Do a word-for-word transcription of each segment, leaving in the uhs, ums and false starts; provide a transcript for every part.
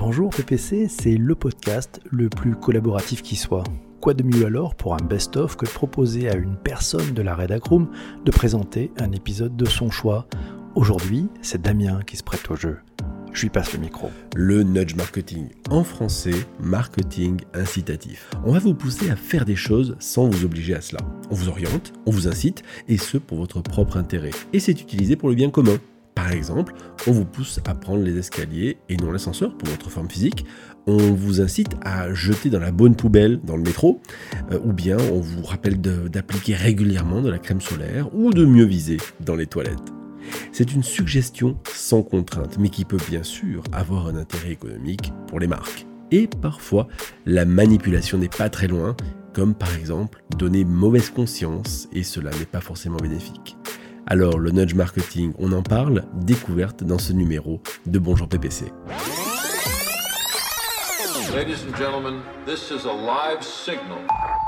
Bonjour P P C, c'est le podcast le plus collaboratif qui soit. Quoi de mieux alors pour un best-of que de proposer à une personne de la Redac Room de présenter un épisode de son choix. Aujourd'hui, c'est Damien qui se prête au jeu. Je lui passe le micro. Le nudge marketing, en français, marketing incitatif. On va vous pousser à faire des choses sans vous obliger à cela. On vous oriente, on vous incite, et ce pour votre propre intérêt. Et c'est utilisé pour le bien commun. Par exemple, on vous pousse à prendre les escaliers et non l'ascenseur pour votre forme physique. On vous incite à jeter dans la bonne poubelle dans le métro. Euh, ou bien on vous rappelle de, d'appliquer régulièrement de la crème solaire ou de mieux viser dans les toilettes. C'est une suggestion sans contrainte, mais qui peut bien sûr avoir un intérêt économique pour les marques. Et parfois, la manipulation n'est pas très loin, comme par exemple donner mauvaise conscience, et cela n'est pas forcément bénéfique. Alors, le nudge marketing, on en parle, découverte dans ce numéro de Bonjour P P C. Ladies and gentlemen, this is a live signal.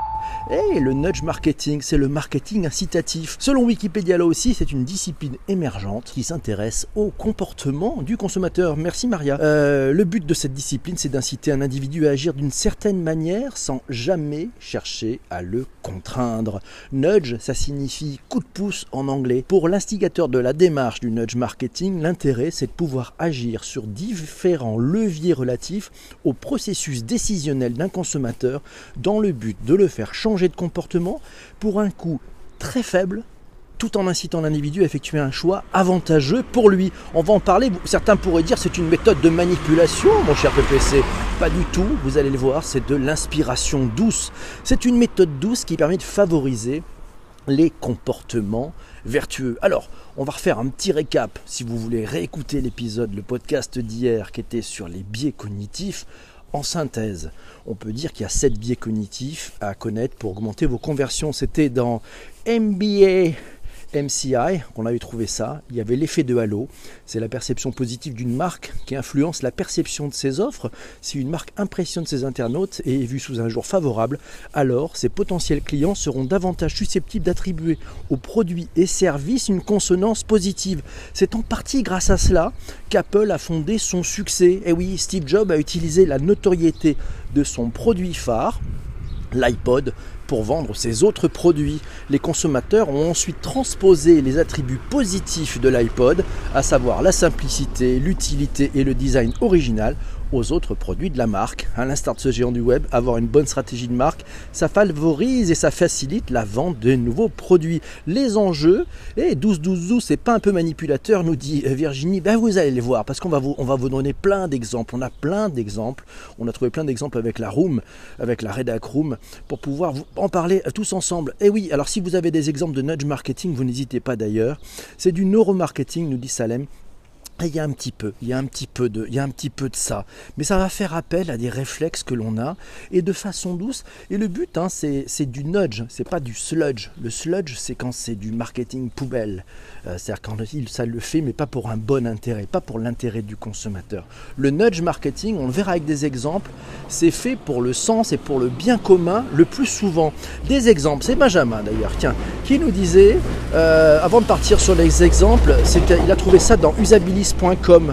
Hey, le nudge marketing, c'est le marketing incitatif. Selon Wikipédia là aussi, c'est une discipline émergente qui s'intéresse au comportement du consommateur. Merci Maria. Euh, le but de cette discipline, c'est d'inciter un individu à agir d'une certaine manière sans jamais chercher à le contraindre. Nudge, ça signifie coup de pouce en anglais. Pour l'instigateur de la démarche du nudge marketing, l'intérêt, c'est de pouvoir agir sur différents leviers relatifs au processus décisionnel d'un consommateur dans le but de le faire changer de comportement pour un coût très faible, tout en incitant l'individu à effectuer un choix avantageux pour lui. On va en parler, certains pourraient dire c'est une méthode de manipulation, mon cher P P C. Pas du tout, vous allez le voir, c'est de l'inspiration douce. C'est une méthode douce qui permet de favoriser les comportements vertueux. Alors, on va refaire un petit récap, si vous voulez réécouter l'épisode, le podcast d'hier qui était sur les biais cognitifs. En synthèse, on peut dire qu'il y a sept biais cognitifs à connaître pour augmenter vos conversions. C'était dans M B A M C I qu'on avait trouvé ça. Il y avait l'effet de halo, c'est la perception positive d'une marque qui influence la perception de ses offres. Si une marque impressionne ses internautes et est vue sous un jour favorable, alors ses potentiels clients seront davantage susceptibles d'attribuer aux produits et services une consonance positive. C'est en partie grâce à cela qu'Apple a fondé son succès. Et oui, Steve Jobs a utilisé la notoriété de son produit phare, l'iPod, pour vendre ses autres produits. Les consommateurs ont ensuite transposé les attributs positifs de l'iPod, à savoir la simplicité, l'utilité et le design original, aux autres produits de la marque. À l'instar de ce géant du web, avoir une bonne stratégie de marque, ça favorise et ça facilite la vente de nouveaux produits. Les enjeux, et douze douze douze, c'est pas un peu manipulateur, nous dit Virginie. Ben vous allez les voir, parce qu'on va vous, on va vous donner plein d'exemples. On a plein d'exemples. On a trouvé plein d'exemples avec la Room, avec la Redac Room, pour pouvoir vous en parler tous ensemble. Et oui, alors si vous avez des exemples de nudge marketing, vous n'hésitez pas d'ailleurs. C'est du neuromarketing, nous dit Salem. Il y a un petit peu, il y a un petit peu de, il y a un petit peu de ça, mais ça va faire appel à des réflexes que l'on a et de façon douce. Et le but, hein, c'est, c'est du nudge, c'est pas du sludge. Le sludge, c'est quand c'est du marketing poubelle, euh, c'est-à-dire quand il, ça le fait, mais pas pour un bon intérêt, pas pour l'intérêt du consommateur. Le nudge marketing, on le verra avec des exemples, c'est fait pour le sens et pour le bien commun le plus souvent. Des exemples, c'est Benjamin d'ailleurs, tiens, qui nous disait, euh, avant de partir sur les exemples, c'était, il a trouvé ça dans usabilis point com.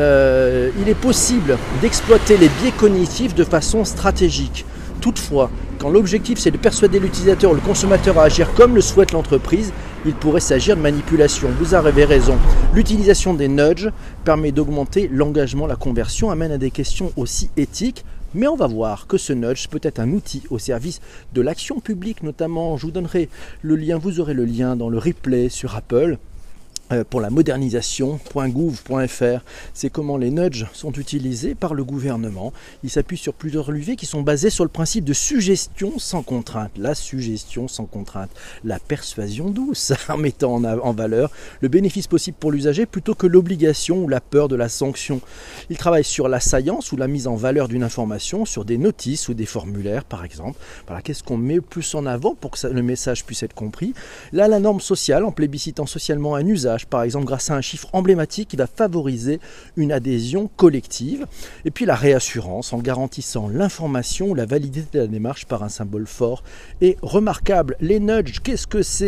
Euh, il est possible d'exploiter les biais cognitifs de façon stratégique. Toutefois, quand l'objectif c'est de persuader l'utilisateur ou le consommateur à agir comme le souhaite l'entreprise, il pourrait s'agir de manipulation. Vous avez raison. L'utilisation des nudges permet d'augmenter l'engagement, la conversion, amène à des questions aussi éthiques. Mais on va voir que ce nudge peut être un outil au service de l'action publique notamment. Je vous donnerai le lien, vous aurez le lien dans le replay sur Apple. Pour la modernisation point gouv point f r, c'est comment les nudges sont utilisés par le gouvernement. Il s'appuie sur plusieurs leviers qui sont basés sur le principe de suggestion sans contrainte. La suggestion sans contrainte, la persuasion douce, en mettant en, en valeur le bénéfice possible pour l'usager plutôt que l'obligation ou la peur de la sanction. Il travaille sur la science ou la mise en valeur d'une information, sur des notices ou des formulaires par exemple. Voilà, qu'est-ce qu'on met plus en avant pour que ça, le message puisse être compris. Là, la norme sociale, en plébiscitant socialement un usage, par exemple grâce à un chiffre emblématique qui va favoriser une adhésion collective. Et puis la réassurance en garantissant l'information ou la validité de la démarche par un symbole fort et remarquable. Les nudges, qu'est-ce que c'est ?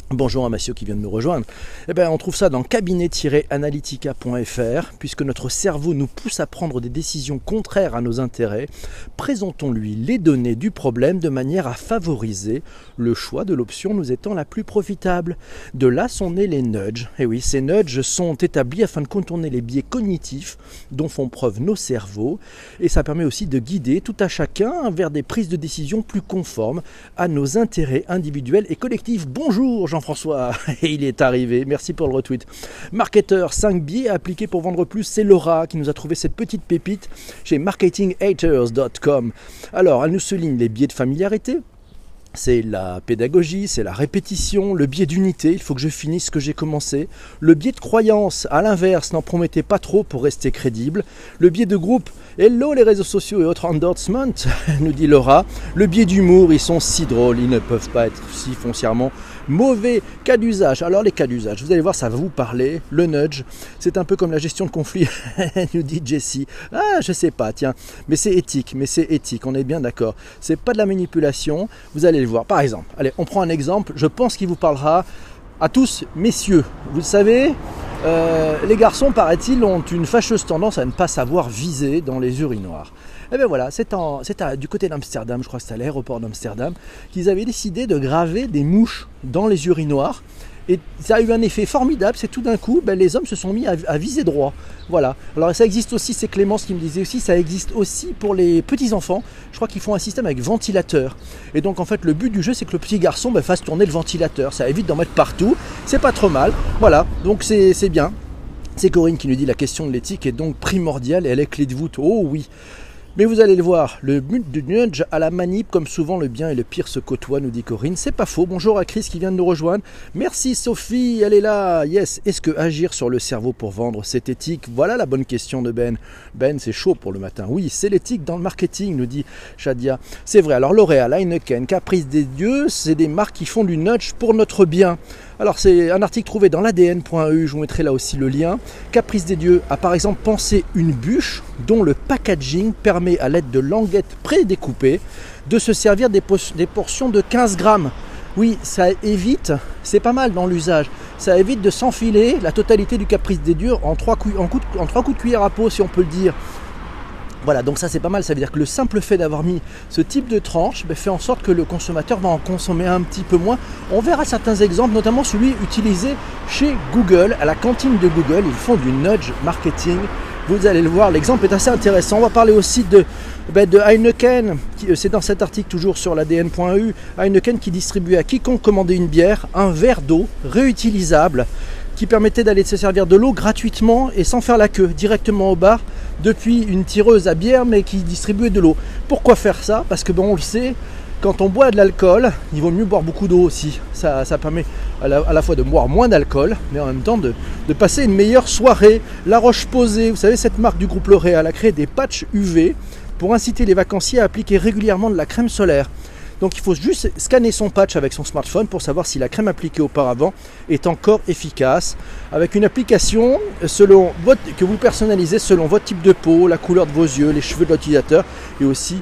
Bonjour à Massio qui vient de nous rejoindre. Eh bien, on trouve ça dans cabinet tiret analytica point f r. Puisque notre cerveau nous pousse à prendre des décisions contraires à nos intérêts, présentons-lui les données du problème de manière à favoriser le choix de l'option nous étant la plus profitable. De là sont nés les nudges. Et oui, ces nudges sont établis afin de contourner les biais cognitifs dont font preuve nos cerveaux. Et ça permet aussi de guider tout à chacun vers des prises de décision plus conformes à nos intérêts individuels et collectifs. Bonjour Jean-François, et il est arrivé, merci pour le retweet. Marketeur, cinq biais à appliquer pour vendre plus, c'est Laura qui nous a trouvé cette petite pépite chez marketing haters point com. Alors, elle nous souligne les biais de familiarité. C'est la pédagogie, c'est la répétition, le biais d'unité, il faut que je finisse ce que j'ai commencé. Le biais de croyance, à l'inverse, n'en promettez pas trop pour rester crédible. Le biais de groupe, hello les réseaux sociaux et autres endorsements, nous dit Laura. Le biais d'humour, ils sont si drôles, ils ne peuvent pas être si foncièrement mauvais. Cas d'usage, alors les cas d'usage, vous allez voir, ça va vous parler. Le nudge, c'est un peu comme la gestion de conflit, nous dit Jessie. Ah, je sais pas, tiens, mais c'est éthique, mais c'est éthique, on est bien d'accord. C'est pas de la manipulation, vous allez le voir. Par exemple, allez, on prend un exemple, je pense qu'il vous parlera à tous, messieurs. Vous le savez, euh, les garçons, paraît-il, ont une fâcheuse tendance à ne pas savoir viser dans les urinoirs. Et bien voilà, c'est, en, c'est à, du côté d'Amsterdam, je crois que c'est à l'aéroport d'Amsterdam, qu'ils avaient décidé de graver des mouches dans les urinoirs. Et ça a eu un effet formidable, c'est tout d'un coup, ben, les hommes se sont mis à, à viser droit. Voilà. Alors ça existe aussi, c'est Clémence qui me disait aussi, ça existe aussi pour les petits-enfants. Je crois qu'ils font un système avec ventilateur. Et donc en fait, le but du jeu, c'est que le petit garçon ben, fasse tourner le ventilateur. Ça évite d'en mettre partout, c'est pas trop mal. Voilà, donc c'est, c'est bien. C'est Corinne qui nous dit la question de l'éthique est donc primordiale et elle est clé de voûte. Oh oui. Mais vous allez le voir, le but du nudge à la manip, comme souvent le bien et le pire se côtoient, nous dit Corinne. C'est pas faux. Bonjour à Chris qui vient de nous rejoindre. Merci Sophie, elle est là. Yes. Est-ce que agir sur le cerveau pour vendre, c'est éthique? Voilà la bonne question de Ben. Ben, c'est chaud pour le matin. Oui, c'est l'éthique dans le marketing, nous dit Shadia. C'est vrai. Alors L'Oréal, Heineken, Caprice des Dieux, c'est des marques qui font du nudge pour notre bien. Alors c'est un article trouvé dans l'A D N point E U, je vous mettrai là aussi le lien. Caprice des Dieux a par exemple pensé une bûche dont le packaging permet à l'aide de languettes prédécoupées de se servir des, po- des portions de quinze grammes. Oui, ça évite, c'est pas mal dans l'usage, ça évite de s'enfiler la totalité du Caprice des Dieux en trois, cou- en coup de, en trois coups de cuillère à peau, si on peut le dire. Voilà, donc ça c'est pas mal, ça veut dire que le simple fait d'avoir mis ce type de tranche ben, fait en sorte que le consommateur va en consommer un petit peu moins. On verra certains exemples, notamment celui utilisé chez Google, à la cantine de Google, ils font du nudge marketing. Vous allez le voir, l'exemple est assez intéressant. On va parler aussi de, ben, de Heineken, c'est dans cet article toujours sur l'A D N point E U, Heineken qui distribuait à quiconque commandait une bière un verre d'eau réutilisable qui permettait d'aller se servir de l'eau gratuitement et sans faire la queue, directement au bar, depuis une tireuse à bière, mais qui distribuait de l'eau. Pourquoi faire ça? Parce que bon, on le sait, quand on boit de l'alcool, il vaut mieux boire beaucoup d'eau aussi. Ça, ça permet à la, à la fois de boire moins d'alcool, mais en même temps de, de passer une meilleure soirée. La Roche-Posay, vous savez, cette marque du groupe L'Oréal a créé des patchs U V pour inciter les vacanciers à appliquer régulièrement de la crème solaire. Donc il faut juste scanner son patch avec son smartphone pour savoir si la crème appliquée auparavant est encore efficace. Avec une application selon votre, que vous personnalisez selon votre type de peau, la couleur de vos yeux, les cheveux de l'utilisateur et aussi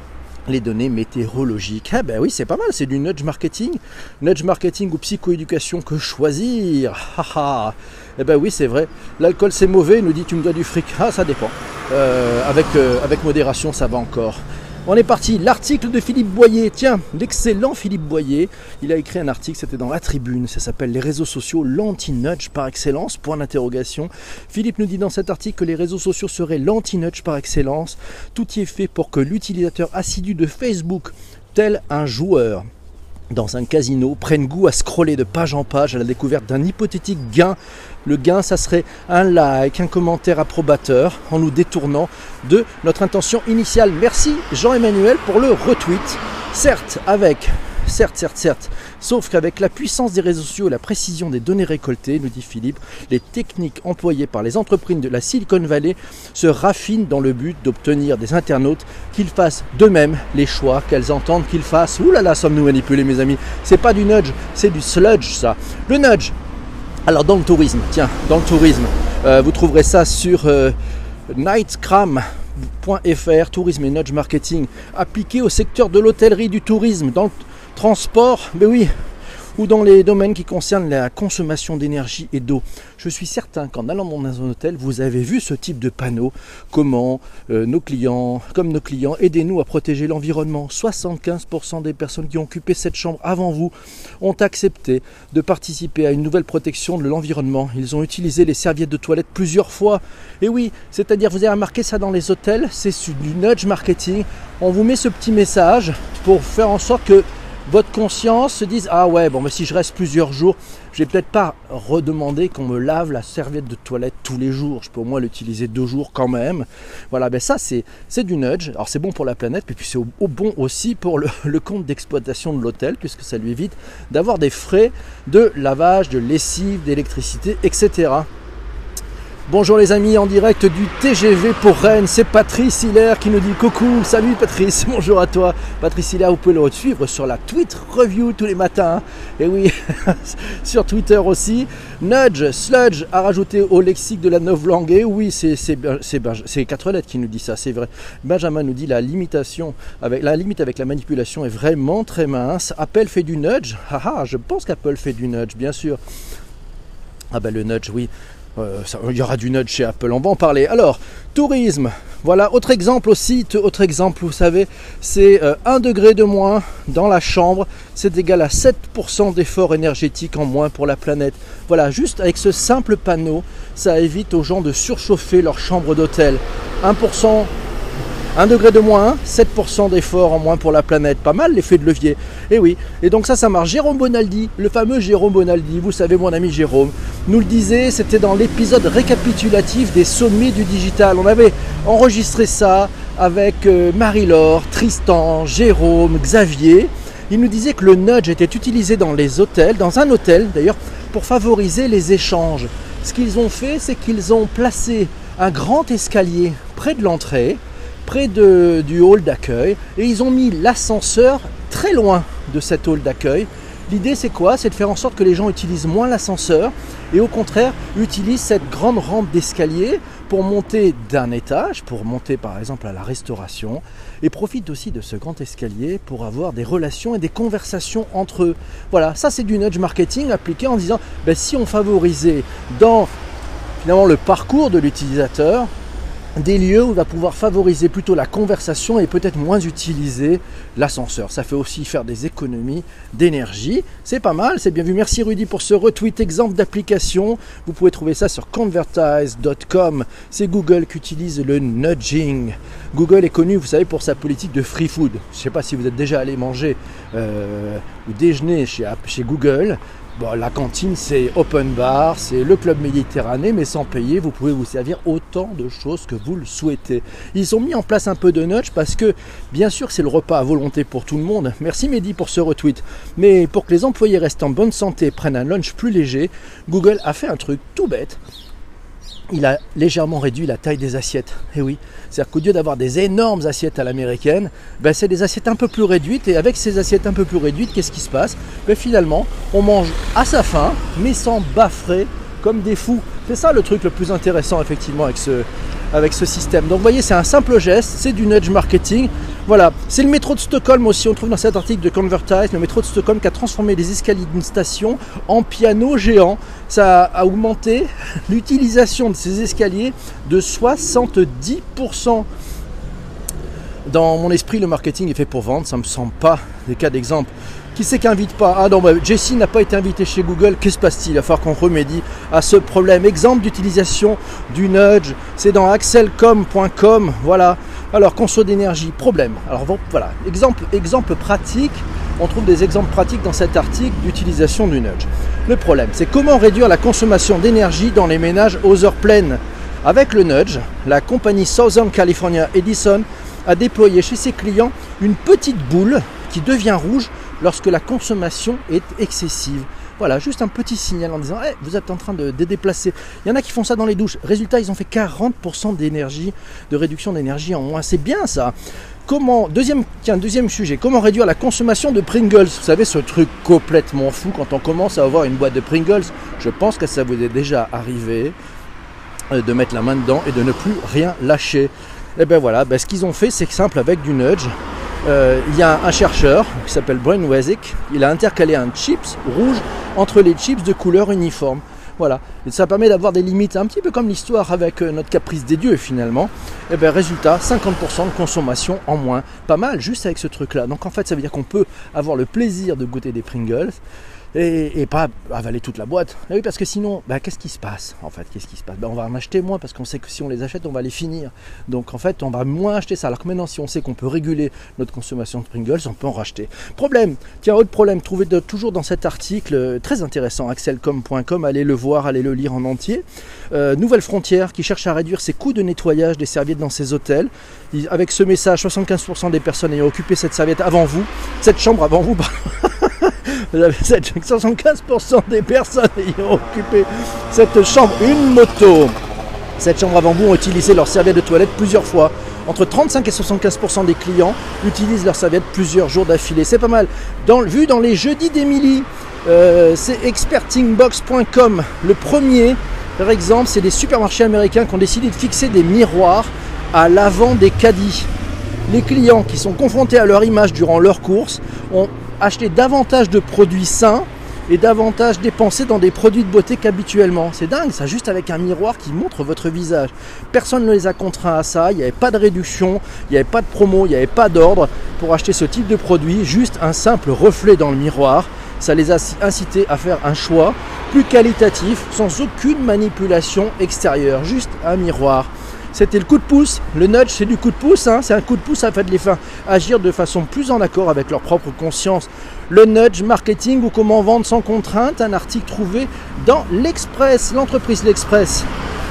les données météorologiques. Ah ben oui, c'est pas mal, c'est du nudge marketing. Nudge marketing ou psychoéducation, que choisir? Haha. Eh ben oui, c'est vrai. L'alcool c'est mauvais, nous dit tu me dois du fric. Ah, ça dépend. Euh, avec, euh, avec modération, ça va encore. On est parti, l'article de Philippe Boyer, tiens, l'excellent Philippe Boyer, il a écrit un article, c'était dans La Tribune, ça s'appelle « Les réseaux sociaux, l'anti-nudge par excellence ?» Point d'interrogation. Philippe nous dit dans cet article que les réseaux sociaux seraient l'anti-nudge par excellence. Tout y est fait pour que l'utilisateur assidu de Facebook, tel un joueur dans un casino, prenne goût à scroller de page en page à la découverte d'un hypothétique gain. Le gain, ça serait un like, un commentaire approbateur en nous détournant de notre intention initiale. Merci Jean-Emmanuel pour le retweet. Certes, avec, certes, certes, certes, sauf qu'avec la puissance des réseaux sociaux et la précision des données récoltées, nous dit Philippe, les techniques employées par les entreprises de la Silicon Valley se raffinent dans le but d'obtenir des internautes qu'ils fassent d'eux-mêmes les choix qu'elles entendent qu'ils fassent. Ouh là là, sommes-nous manipulés mes amis. C'est pas du nudge, c'est du sludge ça. Le nudge. Alors dans le tourisme, tiens, dans le tourisme, euh, vous trouverez ça sur euh, nightcram point f r, tourisme et nudge marketing, appliqué au secteur de l'hôtellerie, du tourisme, dans le transport, mais oui, ou dans les domaines qui concernent la consommation d'énergie et d'eau. Je suis certain qu'en allant dans un hôtel, vous avez vu ce type de panneau. Comment euh, nos clients, comme nos clients, aidez-nous à protéger l'environnement. soixante-quinze pour cent des personnes qui ont occupé cette chambre avant vous ont accepté de participer à une nouvelle protection de l'environnement. Ils ont utilisé les serviettes de toilette plusieurs fois. Et oui, c'est-à-dire, vous avez remarqué ça dans les hôtels, c'est du nudge marketing. On vous met ce petit message pour faire en sorte que votre conscience se dise « Ah ouais, bon, mais si je reste plusieurs jours, je vais peut-être pas redemander qu'on me lave la serviette de toilette tous les jours. Je peux au moins l'utiliser deux jours quand même. » Voilà, ben ça c'est, c'est du nudge. Alors c'est bon pour la planète, puis c'est au, au bon aussi pour le, le compte d'exploitation de l'hôtel, puisque ça lui évite d'avoir des frais de lavage, de lessive, d'électricité, et cetera. Bonjour les amis, en direct du T G V pour Rennes, c'est Patrice Hilaire qui nous dit coucou, salut Patrice, bonjour à toi. Patrice Hilaire, vous pouvez le suivre sur la Tweet Review tous les matins, et oui, sur Twitter aussi. Nudge, sludge à rajouter au lexique de la novlangue, et oui, c'est, c'est, c'est, c'est quatre lettres qui nous dit ça, c'est vrai. Benjamin nous dit la limitation, avec, la limite avec la manipulation est vraiment très mince. Apple fait du nudge, haha, je pense qu'Apple fait du nudge, bien sûr. Ah ben le nudge, oui. Euh, ça, il y aura du nudge chez Apple, on va en parler. Alors, tourisme, voilà, autre exemple aussi, autre exemple, vous savez, c'est euh, un degré de moins dans la chambre, c'est égal à sept pour cent d'effort énergétique en moins pour la planète. Voilà, juste avec ce simple panneau, ça évite aux gens de surchauffer leur chambre d'hôtel. un pour cent, un degré de moins, sept pour cent d'effort en moins pour la planète. Pas mal l'effet de levier. Et oui, et donc ça, ça marche. Jérôme Bonaldi, le fameux Jérôme Bonaldi, vous savez, mon ami Jérôme, nous le disait, c'était dans l'épisode récapitulatif des sommets du digital. On avait enregistré ça avec euh, Marie-Laure, Tristan, Jérôme, Xavier. Il nous disait que le nudge était utilisé dans les hôtels, dans un hôtel d'ailleurs, pour favoriser les échanges. Ce qu'ils ont fait, c'est qu'ils ont placé un grand escalier près de l'entrée, près de, du hall d'accueil, et ils ont mis l'ascenseur très loin de cet hall d'accueil. L'idée c'est quoi? C'est de faire en sorte que les gens utilisent moins l'ascenseur et au contraire utilisent cette grande rampe d'escalier pour monter d'un étage, pour monter par exemple à la restauration, et profitent aussi de ce grand escalier pour avoir des relations et des conversations entre eux. Voilà, ça c'est du nudge marketing appliqué en disant ben, si on favorisait dans finalement le parcours de l'utilisateur des lieux où on va pouvoir favoriser plutôt la conversation et peut-être moins utiliser l'ascenseur. Ça fait aussi faire des économies d'énergie. C'est pas mal, c'est bien vu. Merci Rudy pour ce retweet exemple d'application. Vous pouvez trouver ça sur convertise point com. C'est Google qui utilise le nudging. Google est connu, vous savez, pour sa politique de free food. Je ne sais pas si vous êtes déjà allé manger euh, ou déjeuner chez, chez Google. Bon, la cantine, c'est open bar, c'est le club méditerranéen, mais sans payer, vous pouvez vous servir autant de choses que vous le souhaitez. Ils ont mis en place un peu de nudge parce que, bien sûr, c'est le repas à volonté pour tout le monde. Merci Mehdi pour ce retweet. Mais pour que les employés restent en bonne santé et prennent un lunch plus léger, Google a fait un truc tout bête. Il a légèrement réduit la taille des assiettes. Et oui, c'est-à-dire qu'au lieu d'avoir des énormes assiettes à l'américaine, ben c'est des assiettes un peu plus réduites. Et avec ces assiettes un peu plus réduites, qu'est-ce qui se passe? Ben finalement, on mange à sa faim, mais sans baffer comme des fous. C'est ça le truc le plus intéressant effectivement avec ce, avec ce système. Donc vous voyez, c'est un simple geste, c'est du nudge marketing. Voilà, c'est le métro de Stockholm aussi, on trouve dans cet article de Convertise, le métro de Stockholm qui a transformé les escaliers d'une station en piano géant. Ça a augmenté l'utilisation de ces escaliers de soixante-dix pour cent. Dans mon esprit, le marketing est fait pour vendre, ça ne me semble pas des cas d'exemple. Qui c'est qui n'invite pas? Ah non, bah, Jessie n'a pas été invité chez Google, que se passe-t-il? Il va falloir qu'on remédie à ce problème. Exemple d'utilisation du nudge, c'est dans axelcom point com, voilà. Alors, conso d'énergie, problème. Alors voilà, exemple, exemple pratique, on trouve des exemples pratiques dans cet article d'utilisation du nudge. Le problème, c'est comment réduire la consommation d'énergie dans les ménages aux heures pleines. Avec le nudge, la compagnie Southern California Edison a déployé chez ses clients une petite boule qui devient rouge lorsque la consommation est excessive. Voilà, juste un petit signal en disant hey, vous êtes en train de, de déplacer. Il y en a qui font ça dans les douches. Résultat, ils ont fait quarante pour cent d'énergie, de réduction d'énergie en moins. C'est bien ça. Comment, deuxième, tiens, deuxième sujet, comment réduire la consommation de Pringles? Vous savez, ce truc complètement fou quand on commence à avoir une boîte de Pringles. Je pense que ça vous est déjà arrivé euh, de mettre la main dedans et de ne plus rien lâcher. Et bien voilà, ben, ce qu'ils ont fait, c'est simple avec du nudge. euh, il y a un chercheur qui s'appelle Brian Wasick, il a intercalé un chips rouge entre les chips de couleur uniforme. Voilà, et ça permet d'avoir des limites, un petit peu comme l'histoire avec notre caprice des dieux finalement. Et bien résultat, cinquante pour cent de consommation en moins. Pas mal, juste avec ce truc-là. Donc en fait, ça veut dire qu'on peut avoir le plaisir de goûter des Pringles et, et pas avaler toute la boîte. Et oui, parce que sinon, ben, qu'est-ce qui se passe en fait Qu'est-ce qui se passe ben, on va en acheter moins parce qu'on sait que si on les achète, on va les finir. Donc en fait, on va moins acheter ça. Alors que maintenant, si on sait qu'on peut réguler notre consommation de Pringles, on peut en racheter. Problème, tiens, autre problème, trouvé de, toujours dans cet article très intéressant, axelcom point com, allez le voir, allez le lire en entier. Euh, Nouvelle Frontière qui cherche à réduire ses coûts de nettoyage des serviettes dans ses hôtels. Il, avec ce message, soixante-quinze pour cent des personnes ayant occupé cette serviette avant vous, cette chambre avant vous, soixante-quinze pour cent des personnes ayant occupé cette chambre, une moto, cette chambre avant vous ont utilisé leur serviette de toilette plusieurs fois. Entre trente-cinq et soixante-quinze pour cent des clients utilisent leur serviette plusieurs jours d'affilée. C'est pas mal. Dans, vu dans les jeudis d'Emily, euh, c'est expertingbox point com. Le premier, par exemple, c'est des supermarchés américains qui ont décidé de fixer des miroirs à l'avant des caddies. Les clients qui sont confrontés à leur image durant leurs courses ont acheté davantage de produits sains et davantage dépensé dans des produits de beauté qu'habituellement. C'est dingue, ça, juste avec un miroir qui montre votre visage. Personne ne les a contraints à ça, il n'y avait pas de réduction, il n'y avait pas de promo, il n'y avait pas d'ordre pour acheter ce type de produit, juste un simple reflet dans le miroir. Ça les a incités à faire un choix plus qualitatif, sans aucune manipulation extérieure, juste un miroir. C'était le coup de pouce, le nudge c'est du coup de pouce, hein. C'est un coup de pouce à faire les fins agir de façon plus en accord avec leur propre conscience. Le nudge marketing ou comment vendre sans contrainte, un article trouvé dans l'Express, l'entreprise L'Express.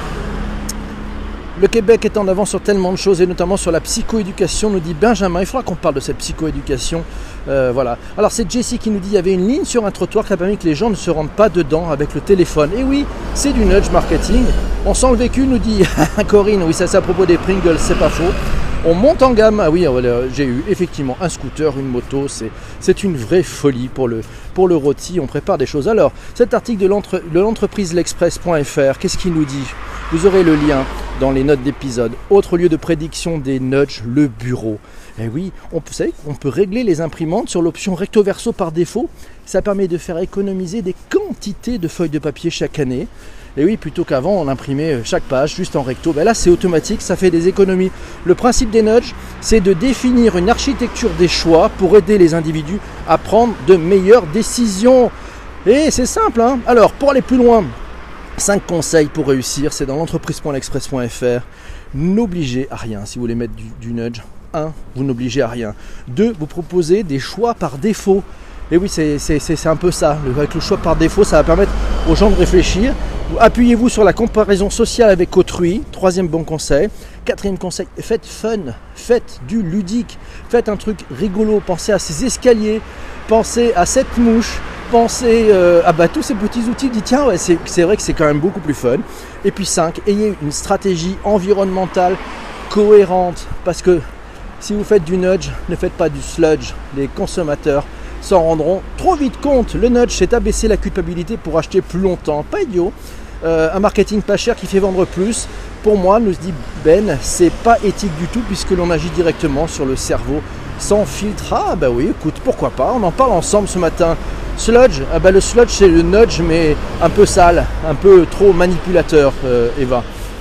Le Québec est en avant sur tellement de choses et notamment sur la psychoéducation, nous dit Benjamin. Il faudra qu'on parle de cette psychoéducation. Euh, voilà. Alors c'est Jessie qui nous dit qu'il y avait une ligne sur un trottoir qui a permis que les gens ne se rendent pas dedans avec le téléphone. Et oui, c'est du nudge marketing. On sent le vécu, nous dit Corinne. Oui, ça c'est à propos des Pringles, c'est pas faux. On monte en gamme. Ah oui, j'ai eu effectivement un scooter, une moto. C'est, c'est une vraie folie pour le, pour le rôti. On prépare des choses. Alors, cet article de, l'entre, de l'entreprise l'express point f r, qu'est-ce qu'il nous dit? Vous aurez le lien dans les notes d'épisode. Autre lieu de prédiction des nudges, le bureau. Et oui, on, vous savez qu'on peut régler les imprimantes sur l'option recto verso par défaut. Ça permet de faire économiser des quantités de feuilles de papier chaque année. Et oui, plutôt qu'avant, on imprimait chaque page juste en recto. Ben là, c'est automatique, ça fait des économies. Le principe des nudges, c'est de définir une architecture des choix pour aider les individus à prendre de meilleures décisions. Et c'est simple, hein. Alors, pour aller plus loin, cinq conseils pour réussir, c'est dans l'entreprise point l'express point f r. N'obligez à rien si vous voulez mettre du, du nudge. un. Vous n'obligez à rien. deux. Vous proposez des choix par défaut. Et oui, c'est, c'est, c'est, c'est un peu ça. Avec le choix par défaut, ça va permettre aux gens de réfléchir. Appuyez-vous sur la comparaison sociale avec autrui. Troisième bon conseil. Quatrième conseil, faites fun. Faites du ludique. Faites un truc rigolo. Pensez à ces escaliers. Pensez à cette mouche. Pensez euh, à bah, tous ces petits outils. Dites tiens, ouais, c'est, c'est vrai que c'est quand même beaucoup plus fun. Et puis cinq, ayez une stratégie environnementale cohérente. Parce que si vous faites du nudge, ne faites pas du sludge. Les consommateurs s'en rendront trop vite compte. Le nudge, c'est abaisser la culpabilité pour acheter plus longtemps. Pas idiot. Euh, un marketing pas cher qui fait vendre plus. Pour moi, nous dit Ben, c'est pas éthique du tout puisque l'on agit directement sur le cerveau sans filtre. Ah bah oui, écoute, pourquoi pas. On en parle ensemble ce matin. Sludge, ah bah le sludge c'est le nudge mais un peu sale, un peu trop manipulateur, euh, Eva.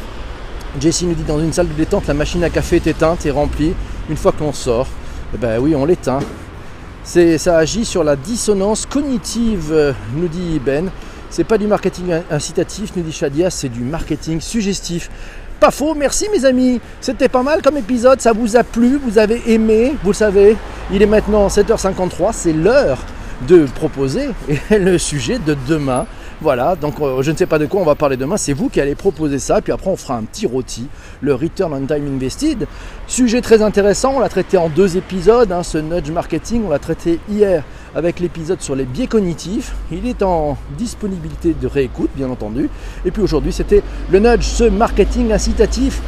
Jessie nous dit dans une salle de détente, la machine à café est éteinte et remplie. Une fois qu'on sort, eh ben oui, on l'éteint. C'est, ça agit sur la dissonance cognitive, euh, nous dit Ben. C'est pas du marketing incitatif, nous dit Shadia, c'est du marketing suggestif. Pas faux, merci mes amis. C'était pas mal comme épisode, ça vous a plu, vous avez aimé, vous le savez. Il est maintenant sept heures cinquante-trois, c'est l'heure de proposer le sujet de demain. Voilà, donc euh, je ne sais pas de quoi on va parler demain, c'est vous qui allez proposer ça, puis après on fera un petit rôti, le Return on Time Invested. Sujet très intéressant, on l'a traité en deux épisodes, hein, ce nudge marketing, on l'a traité hier avec l'épisode sur les biais cognitifs. Il est en disponibilité de réécoute, bien entendu. Et puis aujourd'hui, c'était le nudge, ce marketing incitatif.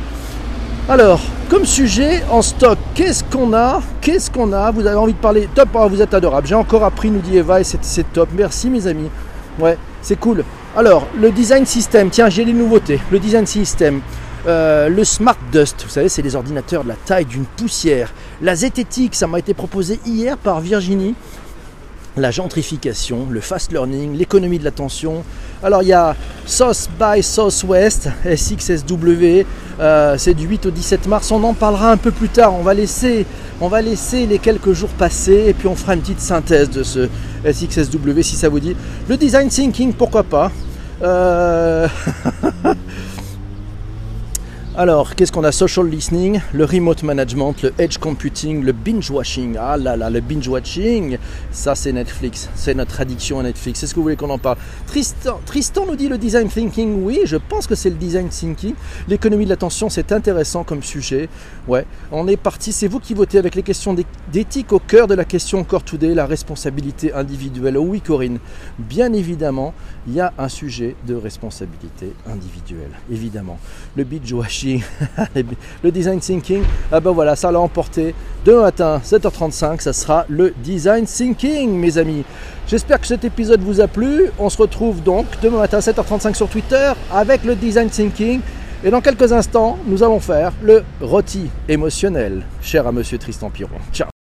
Alors, comme sujet en stock, qu'est-ce qu'on a Qu'est-ce qu'on a Vous avez envie de parler top, oh, vous êtes adorable. J'ai encore appris, nous dit Eva, et c'est, c'est top. Merci mes amis. Ouais, c'est cool. Alors, le design system, tiens, j'ai les nouveautés. Le design system. Euh, le Smart Dust, vous savez, c'est les ordinateurs de la taille d'une poussière. La zététique, ça m'a été proposé hier par Virginie. La gentrification, le fast learning, l'économie de l'attention. Alors il y a South by Southwest, S X S W, euh, c'est du huit au dix-sept mars, on en parlera un peu plus tard, on va, laisser, on va laisser les quelques jours passer et puis on fera une petite synthèse de ce S X S W si ça vous dit. Le design thinking, pourquoi pas. Euh... Alors, qu'est-ce qu'on a? Social listening, le remote management, le edge computing, le binge watching. Ah là là, le binge watching, ça c'est Netflix, c'est notre addiction à Netflix. Est-ce que vous voulez qu'on en parle? Tristan, Tristan nous dit le design thinking. Oui, je pense que c'est le design thinking. L'économie de l'attention, c'est intéressant comme sujet. Ouais, on est parti. C'est vous qui votez avec les questions d'éthique au cœur de la question Core Today, la responsabilité individuelle. Oh oui, Corinne, bien évidemment, il y a un sujet de responsabilité individuelle. Évidemment, le binge watching. Le design thinking, ah ben voilà, ça l'a emporté. Demain matin, sept heures trente-cinq, ça sera le design thinking, mes amis. J'espère que cet épisode vous a plu. On se retrouve donc demain matin, sept heures trente-cinq sur Twitter avec le design thinking. Et dans quelques instants, nous allons faire le rôti émotionnel, cher à monsieur Tristan Piron. Ciao.